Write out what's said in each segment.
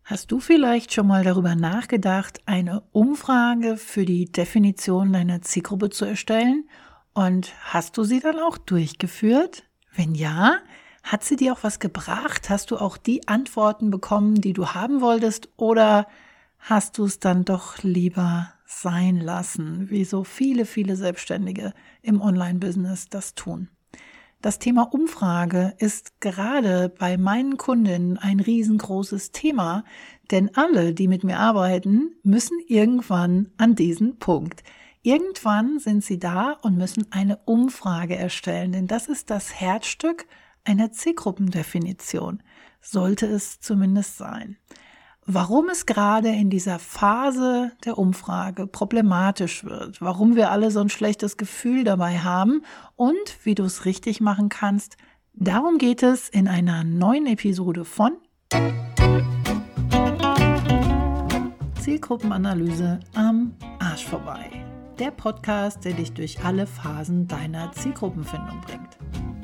Hast du vielleicht schon mal darüber nachgedacht, eine Umfrage für die Definition deiner Zielgruppe zu erstellen? Und hast du sie dann auch durchgeführt? Wenn ja, hat sie dir auch was gebracht? Hast du auch die Antworten bekommen, die du haben wolltest? Oder hast du es dann doch lieber sein lassen, wie so viele Selbstständige im Online-Business das tun? Das Thema Umfrage ist gerade bei meinen Kundinnen ein riesengroßes Thema, denn alle, die mit mir arbeiten, müssen irgendwann an diesen Punkt. Irgendwann sind sie da und müssen eine Umfrage erstellen, denn das ist das Herzstück einer Zielgruppendefinition, sollte es zumindest sein. Warum es gerade in dieser Phase der Umfrage problematisch wird, warum wir alle so ein schlechtes Gefühl dabei haben und wie du es richtig machen kannst, darum geht es in einer neuen Episode von Zielgruppenanalyse am Arsch vorbei. Der Podcast, der dich durch alle Phasen deiner Zielgruppenfindung bringt.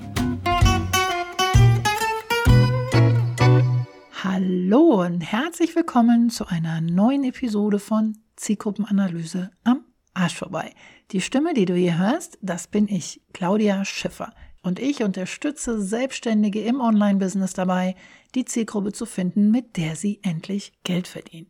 Hallo und herzlich willkommen zu einer neuen Episode von Zielgruppenanalyse am Arsch vorbei. Die Stimme, die du hier hörst, das bin ich, Claudia Schiffer. Und ich unterstütze Selbstständige im Online-Business dabei, die Zielgruppe zu finden, mit der sie endlich Geld verdienen.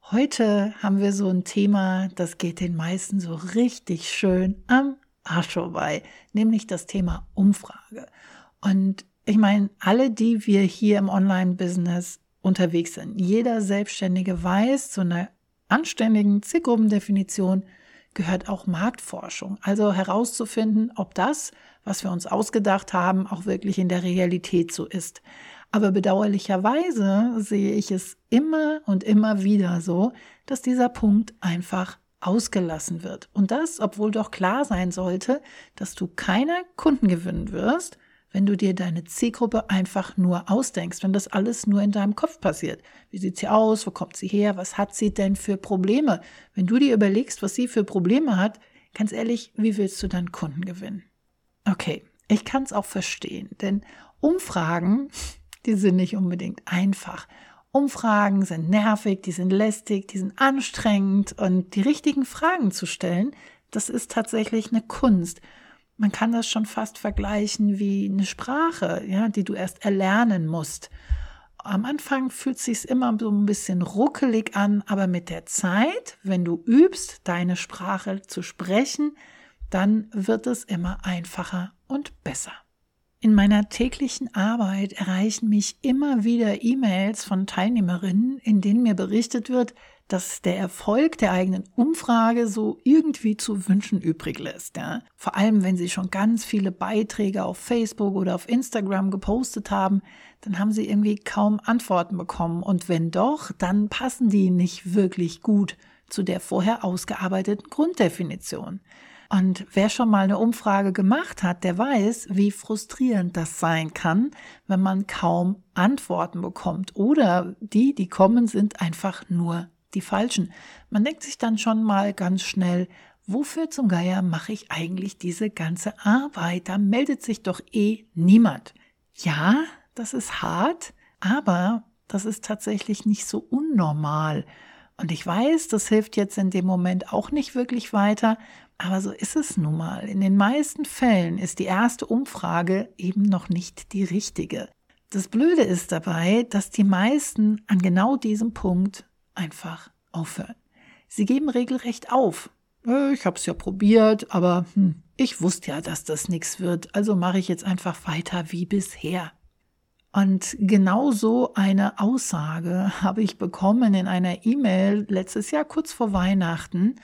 Heute haben wir so ein Thema, das geht den meisten so richtig schön am Arsch vorbei, nämlich das Thema Umfrage. Und ich meine, alle, die wir hier im Online-Business unterwegs sind, jeder Selbstständige weiß, zu einer anständigen Zielgruppendefinition gehört auch Marktforschung. Also herauszufinden, ob das, was wir uns ausgedacht haben, auch wirklich in der Realität so ist. Aber bedauerlicherweise sehe ich es immer und immer wieder so, dass dieser Punkt einfach ausgelassen wird. Und das, obwohl doch klar sein sollte, dass du keine Kunden gewinnen wirst, wenn du dir deine Zielgruppe einfach nur ausdenkst, wenn das alles nur in deinem Kopf passiert. Wie sieht sie aus? Wo kommt sie her? Was hat sie denn für Probleme? Wenn du dir überlegst, was sie für Probleme hat, ganz ehrlich, wie willst du dann Kunden gewinnen? Okay, ich kann es auch verstehen, denn Umfragen, die sind nicht unbedingt einfach. Umfragen sind nervig, die sind lästig, die sind anstrengend und die richtigen Fragen zu stellen, das ist tatsächlich eine Kunst. Man kann das schon fast vergleichen wie eine Sprache, ja, die du erst erlernen musst. Am Anfang fühlt es sich immer so ein bisschen ruckelig an, aber mit der Zeit, wenn du übst, deine Sprache zu sprechen, dann wird es immer einfacher und besser. In meiner täglichen Arbeit erreichen mich immer wieder E-Mails von Teilnehmerinnen, in denen mir berichtet wird, dass der Erfolg der eigenen Umfrage so irgendwie zu wünschen übrig lässt. Ja? Vor allem, wenn sie schon ganz viele Beiträge auf Facebook oder auf Instagram gepostet haben, dann haben sie irgendwie kaum Antworten bekommen. Und wenn doch, dann passen die nicht wirklich gut zu der vorher ausgearbeiteten Grunddefinition. Und wer schon mal eine Umfrage gemacht hat, der weiß, wie frustrierend das sein kann, wenn man kaum Antworten bekommt. Oder die kommen, sind einfach nur die falschen. Man denkt sich dann schon mal ganz schnell, wofür zum Geier mache ich eigentlich diese ganze Arbeit? Da meldet sich doch niemand. Ja, das ist hart, aber das ist tatsächlich nicht so unnormal. Und ich weiß, das hilft jetzt in dem Moment auch nicht wirklich weiter, aber so ist es nun mal. In den meisten Fällen ist die erste Umfrage eben noch nicht die richtige. Das Blöde ist dabei, dass die meisten an genau diesem Punkt einfach aufhören. Sie geben regelrecht auf. Ich habe es ja probiert, aber ich wusste ja, dass das nichts wird, also mache ich jetzt einfach weiter wie bisher. Und genau so eine Aussage habe ich bekommen in einer E-Mail letztes Jahr kurz vor Weihnachten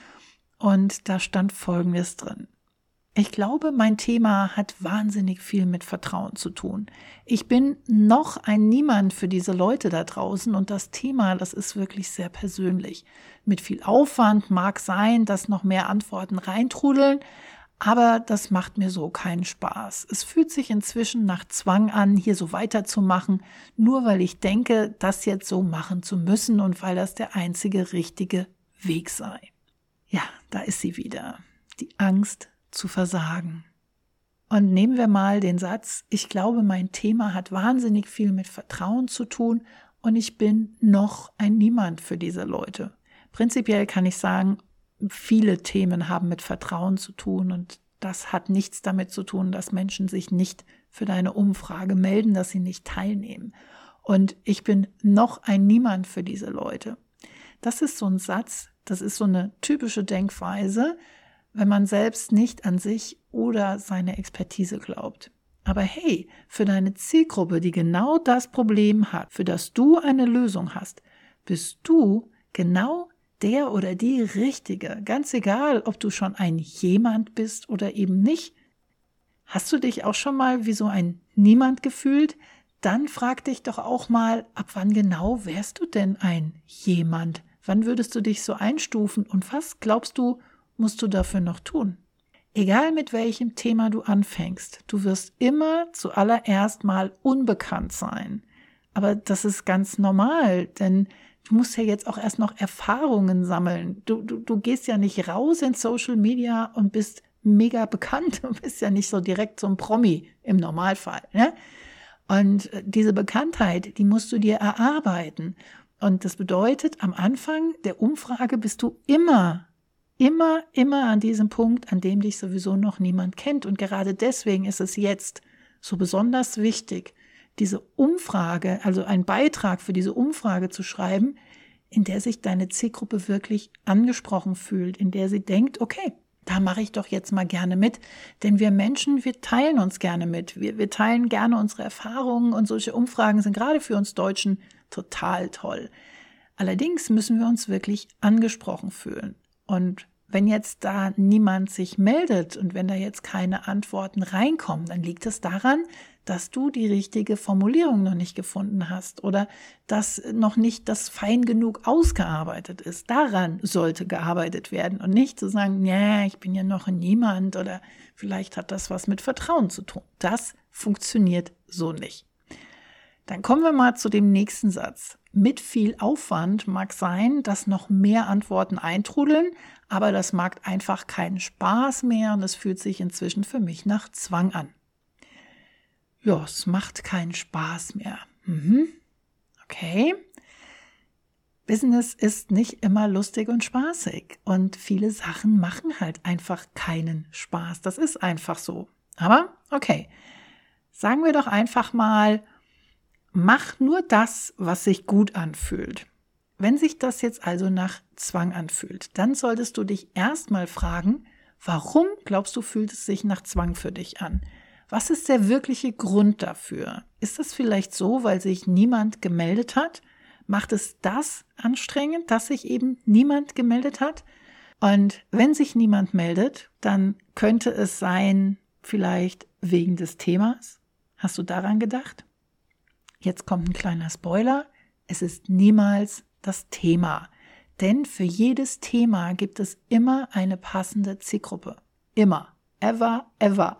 und da stand Folgendes drin. Ich glaube, mein Thema hat wahnsinnig viel mit Vertrauen zu tun. Ich bin noch ein Niemand für diese Leute da draußen und das Thema, das ist wirklich sehr persönlich. Mit viel Aufwand mag sein, dass noch mehr Antworten reintrudeln, aber das macht mir so keinen Spaß. Es fühlt sich inzwischen nach Zwang an, hier so weiterzumachen, nur weil ich denke, das jetzt so machen zu müssen und weil das der einzige richtige Weg sei. Ja, da ist sie wieder. Die Angst zu versagen. Und nehmen wir mal den Satz, ich glaube, mein Thema hat wahnsinnig viel mit Vertrauen zu tun und ich bin noch ein Niemand für diese Leute. Prinzipiell kann ich sagen, viele Themen haben mit Vertrauen zu tun und das hat nichts damit zu tun, dass Menschen sich nicht für deine Umfrage melden, dass sie nicht teilnehmen. Und ich bin noch ein Niemand für diese Leute. Das ist so ein Satz, das ist so eine typische Denkweise, wenn man selbst nicht an sich oder seine Expertise glaubt. Aber hey, für deine Zielgruppe, die genau das Problem hat, für das du eine Lösung hast, bist du genau der oder die Richtige. Ganz egal, ob du schon ein Jemand bist oder eben nicht. Hast du dich auch schon mal wie so ein Niemand gefühlt? Dann frag dich doch auch mal, ab wann genau wärst du denn ein Jemand? Wann würdest du dich so einstufen und was glaubst du, musst du dafür noch tun? Egal mit welchem Thema du anfängst, du wirst immer zuallererst mal unbekannt sein. Aber das ist ganz normal, denn du musst ja jetzt auch erst noch Erfahrungen sammeln. Du gehst ja nicht raus in Social Media und bist mega bekannt. Du bist ja nicht so direkt so ein Promi im Normalfall, ne? Und diese Bekanntheit, die musst du dir erarbeiten. Und das bedeutet, am Anfang der Umfrage bist du immer an diesem Punkt, an dem dich sowieso noch niemand kennt. Und gerade deswegen ist es jetzt so besonders wichtig, diese Umfrage, also einen Beitrag für diese Umfrage zu schreiben, in der sich deine Zielgruppe wirklich angesprochen fühlt, in der sie denkt, okay, da mache ich doch jetzt mal gerne mit, denn wir Menschen, wir teilen uns gerne mit, wir teilen gerne unsere Erfahrungen und solche Umfragen sind gerade für uns Deutschen total toll. Allerdings müssen wir uns wirklich angesprochen fühlen und wenn jetzt da niemand sich meldet und wenn da jetzt keine Antworten reinkommen, dann liegt es daran, dass du die richtige Formulierung noch nicht gefunden hast oder dass noch nicht das fein genug ausgearbeitet ist. Daran sollte gearbeitet werden und nicht zu sagen, ja, ich bin ja noch niemand oder vielleicht hat das was mit Vertrauen zu tun. Das funktioniert so nicht. Dann kommen wir mal zu dem nächsten Satz. Mit viel Aufwand mag sein, dass noch mehr Antworten eintrudeln, aber das macht einfach keinen Spaß mehr und es fühlt sich inzwischen für mich nach Zwang an. Ja, es macht keinen Spaß mehr. Okay. Business ist nicht immer lustig und spaßig und viele Sachen machen halt einfach keinen Spaß. Das ist einfach so. Aber okay, sagen wir doch einfach mal, mach nur das, was sich gut anfühlt. Wenn sich das jetzt also nach Zwang anfühlt, dann solltest du dich erstmal fragen, warum glaubst du, fühlt es sich nach Zwang für dich an? Was ist der wirkliche Grund dafür? Ist das vielleicht so, weil sich niemand gemeldet hat? Macht es das anstrengend, dass sich eben niemand gemeldet hat? Und wenn sich niemand meldet, dann könnte es sein, vielleicht wegen des Themas. Hast du daran gedacht? Jetzt kommt ein kleiner Spoiler. Es ist niemals das Thema. Denn für jedes Thema gibt es immer eine passende Zielgruppe. Immer. Ever, ever.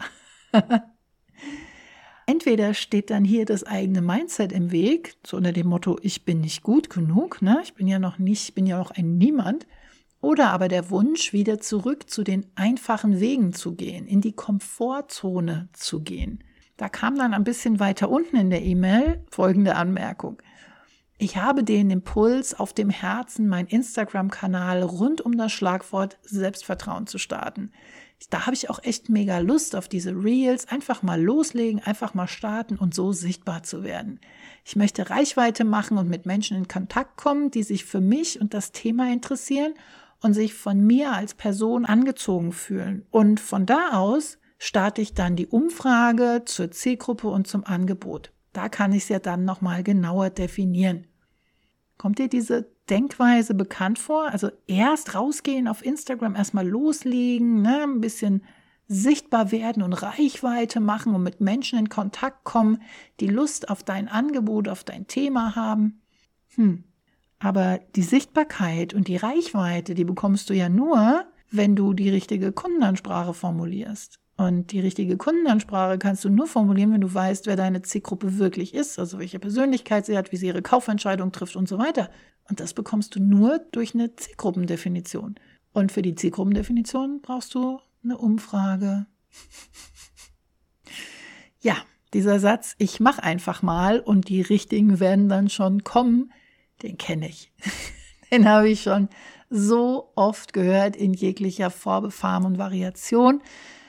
Entweder steht dann hier das eigene Mindset im Weg, so unter dem Motto, ich bin nicht gut genug, ne? Ich bin ja noch ein Niemand. Oder aber der Wunsch, wieder zurück zu den einfachen Wegen zu gehen, in die Komfortzone zu gehen. Da kam dann ein bisschen weiter unten in der E-Mail folgende Anmerkung. Ich habe den Impuls auf dem Herzen, meinen Instagram-Kanal rund um das Schlagwort Selbstvertrauen zu starten. Da habe ich auch echt mega Lust auf diese Reels, einfach mal loslegen, einfach mal starten und so sichtbar zu werden. Ich möchte Reichweite machen und mit Menschen in Kontakt kommen, die sich für mich und das Thema interessieren und sich von mir als Person angezogen fühlen. Und von da aus starte ich dann die Umfrage zur Zielgruppe und zum Angebot. Da kann ich es ja dann nochmal genauer definieren. Kommt dir diese Denkweise bekannt vor? Also erst rausgehen auf Instagram, erstmal loslegen, ne, ein bisschen sichtbar werden und Reichweite machen und mit Menschen in Kontakt kommen, die Lust auf dein Angebot, auf dein Thema haben. Aber die Sichtbarkeit und die Reichweite, die bekommst du ja nur, wenn du die richtige Kundenansprache formulierst. Und die richtige Kundenansprache kannst du nur formulieren, wenn du weißt, wer deine Zielgruppe wirklich ist, also welche Persönlichkeit sie hat, wie sie ihre Kaufentscheidung trifft und so weiter. Und das bekommst du nur durch eine Zielgruppendefinition. Und für die Zielgruppendefinition brauchst du eine Umfrage. Ja, Dieser Satz, ich mache einfach mal und die Richtigen werden dann schon kommen, den kenne ich. Den habe ich schon so oft gehört in jeglicher Farbe, Form und Variation.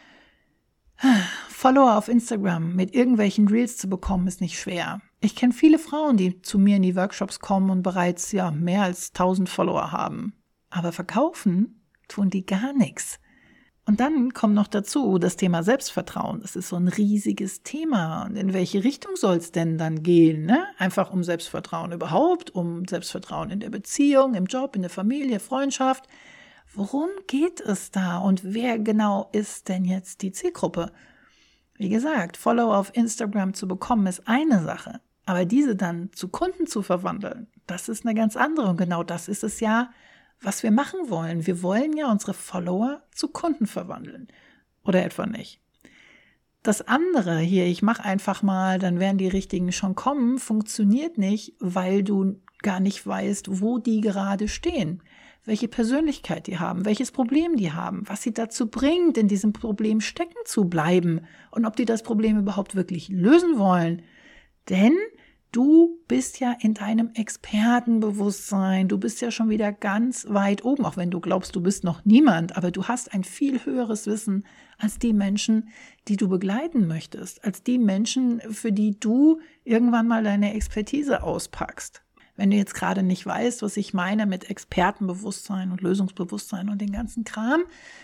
Follower auf Instagram mit irgendwelchen Reels zu bekommen, ist nicht schwer. Ich kenne viele Frauen, die zu mir in die Workshops kommen und bereits mehr als 1000 Follower haben. Aber verkaufen tun die gar nichts. Und dann kommt noch dazu das Thema Selbstvertrauen. Das ist so ein riesiges Thema. Und in welche Richtung soll es denn dann gehen? Ne? Einfach um Selbstvertrauen überhaupt, um Selbstvertrauen in der Beziehung, im Job, in der Familie, Freundschaft. Worum geht es da? Und wer genau ist denn jetzt die Zielgruppe? Wie gesagt, Follower auf Instagram zu bekommen ist eine Sache. Aber diese dann zu Kunden zu verwandeln, das ist eine ganz andere. Und genau das ist es ja, was wir machen wollen. Wir wollen ja unsere Follower zu Kunden verwandeln. Oder etwa nicht. Das andere hier, ich mache einfach mal, dann werden die Richtigen schon kommen, funktioniert nicht, weil du gar nicht weißt, wo die gerade stehen. Welche Persönlichkeit die haben, welches Problem die haben, was sie dazu bringt, in diesem Problem stecken zu bleiben und ob die das Problem überhaupt wirklich lösen wollen. Denn du bist ja in deinem Expertenbewusstsein, du bist ja schon wieder ganz weit oben, auch wenn du glaubst, du bist noch niemand, aber du hast ein viel höheres Wissen als die Menschen, die du begleiten möchtest, als die Menschen, für die du irgendwann mal deine Expertise auspackst. Wenn du jetzt gerade nicht weißt, was ich meine mit Expertenbewusstsein und Lösungsbewusstsein und den ganzen Kram,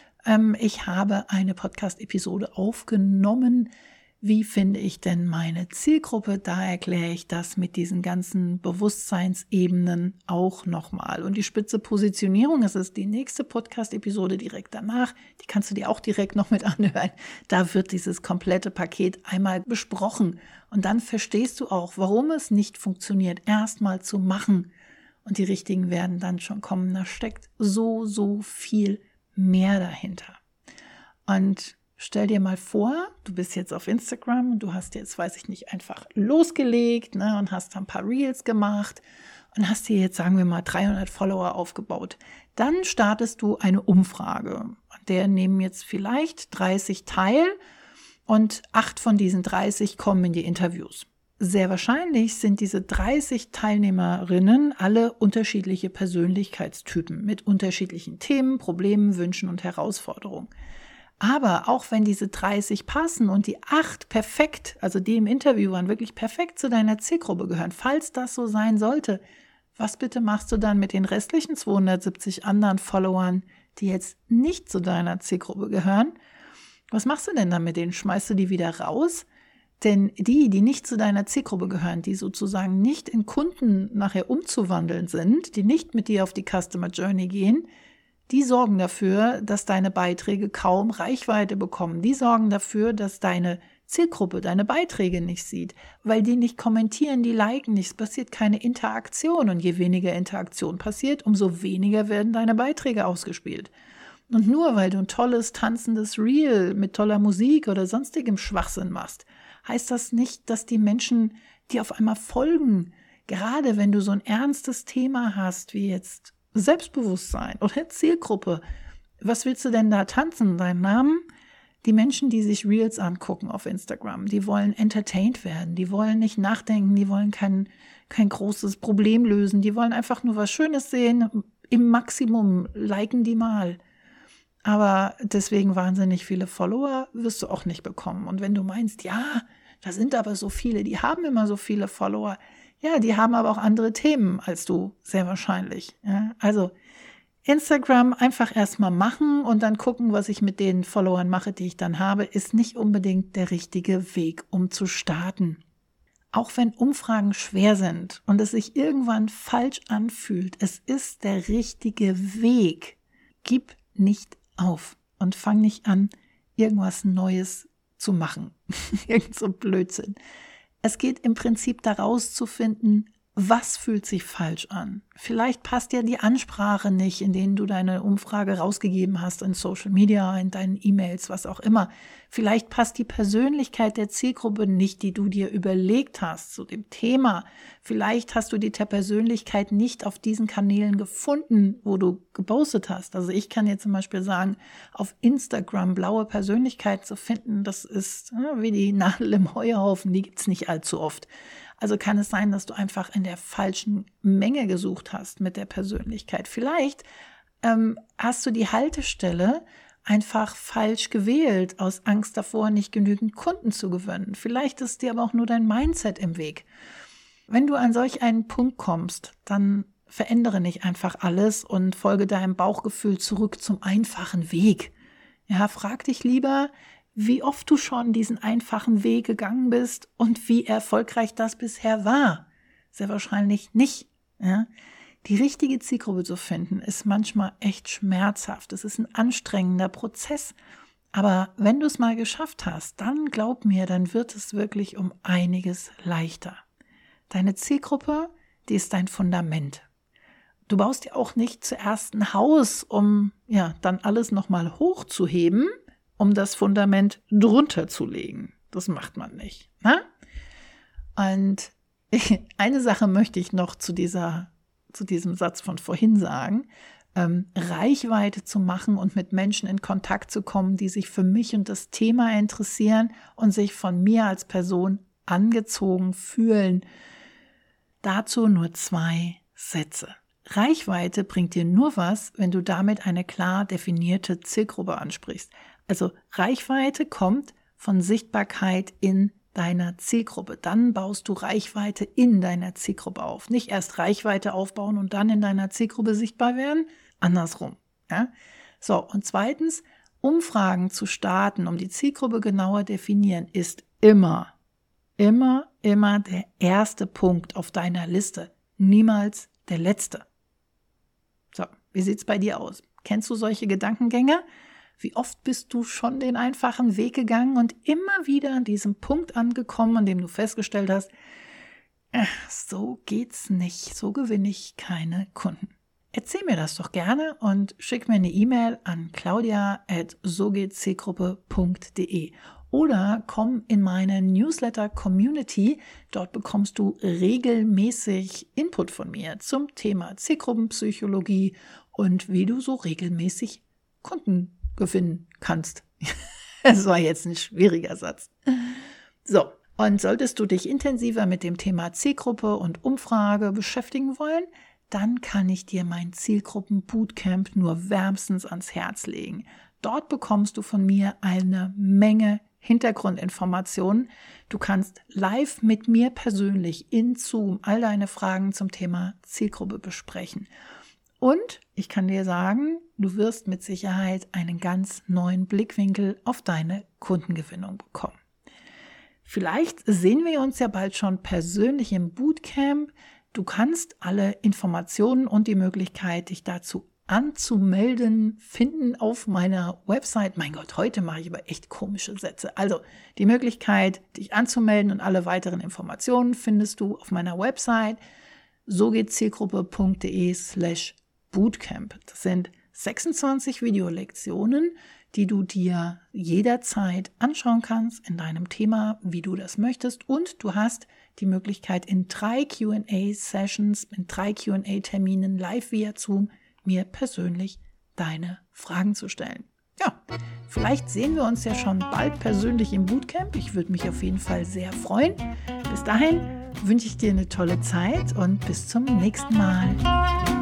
ich habe eine Podcast-Episode aufgenommen. Wie finde ich denn meine Zielgruppe? Da erkläre ich das mit diesen ganzen Bewusstseinsebenen auch nochmal. Und die spitze Positionierung, das ist die nächste Podcast-Episode direkt danach, die kannst du dir auch direkt noch mit anhören. Da wird dieses komplette Paket einmal besprochen. Und dann verstehst du auch, warum es nicht funktioniert, erstmal zu machen. Und die Richtigen werden dann schon kommen. Da steckt so viel mehr dahinter. Und stell dir mal vor, du bist jetzt auf Instagram und du hast jetzt, weiß ich nicht, einfach losgelegt, ne, und hast ein paar Reels gemacht und hast dir jetzt, sagen wir mal, 300 Follower aufgebaut. Dann startest du eine Umfrage. An der nehmen jetzt vielleicht 30 teil und 8 von diesen 30 kommen in die Interviews. Sehr wahrscheinlich sind diese 30 Teilnehmerinnen alle unterschiedliche Persönlichkeitstypen mit unterschiedlichen Themen, Problemen, Wünschen und Herausforderungen. Aber auch wenn diese 30 passen und die 8 perfekt, also die im Interview waren, wirklich perfekt zu deiner Zielgruppe gehören, falls das so sein sollte, was bitte machst du dann mit den restlichen 270 anderen Followern, die jetzt nicht zu deiner Zielgruppe gehören? Was machst du denn dann mit denen? Schmeißt du die wieder raus? Denn die nicht zu deiner Zielgruppe gehören, die sozusagen nicht in Kunden nachher umzuwandeln sind, die nicht mit dir auf die Customer Journey gehen, die sorgen dafür, dass deine Beiträge kaum Reichweite bekommen. Die sorgen dafür, dass deine Zielgruppe deine Beiträge nicht sieht, weil die nicht kommentieren, die liken nicht. Es passiert keine Interaktion. Und je weniger Interaktion passiert, umso weniger werden deine Beiträge ausgespielt. Und nur weil du ein tolles, tanzendes Reel mit toller Musik oder sonstigem Schwachsinn machst, heißt das nicht, dass die Menschen dir auf einmal folgen. Gerade wenn du so ein ernstes Thema hast, wie jetzt Selbstbewusstsein oder Zielgruppe. Was willst du denn da tanzen? Deinen Namen? Die Menschen, die sich Reels angucken auf Instagram, die wollen entertained werden, die wollen nicht nachdenken, die wollen kein großes Problem lösen, die wollen einfach nur was Schönes sehen. Im Maximum liken die mal. Aber deswegen wahnsinnig viele Follower wirst du auch nicht bekommen. Und wenn du meinst, ja, da sind aber so viele, die haben immer so viele Follower, ja, die haben aber auch andere Themen als du, sehr wahrscheinlich. Ja, also Instagram einfach erstmal machen und dann gucken, was ich mit den Followern mache, die ich dann habe, ist nicht unbedingt der richtige Weg, um zu starten. Auch wenn Umfragen schwer sind und es sich irgendwann falsch anfühlt, es ist der richtige Weg. Gib nicht auf und fang nicht an, irgendwas Neues zu machen. Irgend so Blödsinn. Es geht im Prinzip daraus zu finden, Was fühlt sich falsch an? Vielleicht passt dir die Ansprache nicht, in denen du deine Umfrage rausgegeben hast in Social Media, in deinen E-Mails, was auch immer. Vielleicht passt die Persönlichkeit der Zielgruppe nicht, die du dir überlegt hast zu dem Thema. Vielleicht hast du die Persönlichkeit nicht auf diesen Kanälen gefunden, wo du gepostet hast. Also ich kann dir zum Beispiel sagen, auf Instagram blaue Persönlichkeit zu finden, das ist wie die Nadel im Heuhaufen, die gibt's nicht allzu oft. Also kann es sein, dass du einfach in der falschen Menge gesucht hast mit der Persönlichkeit. Vielleicht hast du die Haltestelle einfach falsch gewählt, aus Angst davor, nicht genügend Kunden zu gewinnen. Vielleicht ist dir aber auch nur dein Mindset im Weg. Wenn du an solch einen Punkt kommst, dann verändere nicht einfach alles und folge deinem Bauchgefühl zurück zum einfachen Weg. Ja, frag dich lieber, wie oft du schon diesen einfachen Weg gegangen bist und wie erfolgreich das bisher war. Sehr wahrscheinlich nicht. Ja? Die richtige Zielgruppe zu finden, ist manchmal echt schmerzhaft. Es ist ein anstrengender Prozess. Aber wenn du es mal geschafft hast, dann glaub mir, dann wird es wirklich um einiges leichter. Deine Zielgruppe, die ist dein Fundament. Du baust dir auch nicht zuerst ein Haus, um dann alles nochmal hochzuheben, um das Fundament drunter zu legen. Das macht man nicht. Ne? Und eine Sache möchte ich noch zu diesem Satz von vorhin sagen. Reichweite zu machen und mit Menschen in Kontakt zu kommen, die sich für mich und das Thema interessieren und sich von mir als Person angezogen fühlen. Dazu nur 2 Sätze. Reichweite bringt dir nur was, wenn du damit eine klar definierte Zielgruppe ansprichst. Also Reichweite kommt von Sichtbarkeit in deiner Zielgruppe. Dann baust du Reichweite in deiner Zielgruppe auf. Nicht erst Reichweite aufbauen und dann in deiner Zielgruppe sichtbar werden. Andersrum. Ja? So, und zweitens, Umfragen zu starten, um die Zielgruppe genauer definieren, ist immer der erste Punkt auf deiner Liste. Niemals der letzte. So, wie sieht's bei dir aus? Kennst du solche Gedankengänge? Wie oft bist du schon den einfachen Weg gegangen und immer wieder an diesem Punkt angekommen, an dem du festgestellt hast, so geht's nicht, so gewinne ich keine Kunden. Erzähl mir das doch gerne und schick mir eine E-Mail an claudia@sogehtzielgruppe.de oder komm in meine Newsletter-Community. Dort bekommst du regelmäßig Input von mir zum Thema Zielgruppenpsychologie und wie du so regelmäßig Kunden gewinnen kannst. Das war jetzt ein schwieriger Satz. So, und solltest du dich intensiver mit dem Thema Zielgruppe und Umfrage beschäftigen wollen, dann kann ich dir mein Zielgruppen-Bootcamp nur wärmstens ans Herz legen. Dort bekommst du von mir eine Menge Hintergrundinformationen. Du kannst live mit mir persönlich in Zoom all deine Fragen zum Thema Zielgruppe besprechen. Und ich kann dir sagen, du wirst mit Sicherheit einen ganz neuen Blickwinkel auf deine Kundengewinnung bekommen. Vielleicht sehen wir uns ja bald schon persönlich im Bootcamp. Du kannst alle Informationen und die Möglichkeit, dich dazu anzumelden, finden auf meiner Website. Mein Gott, heute mache ich aber echt komische Sätze. Also die Möglichkeit, dich anzumelden und alle weiteren Informationen findest du auf meiner Website sogehtzielgruppe.de/Bootcamp. Das sind 26 Videolektionen, die du dir jederzeit anschauen kannst in deinem Thema, wie du das möchtest. Und du hast die Möglichkeit, in 3 Q&A-Sessions, in 3 Q&A-Terminen live via Zoom mir persönlich deine Fragen zu stellen. Ja, vielleicht sehen wir uns ja schon bald persönlich im Bootcamp. Ich würde mich auf jeden Fall sehr freuen. Bis dahin wünsche ich dir eine tolle Zeit und bis zum nächsten Mal.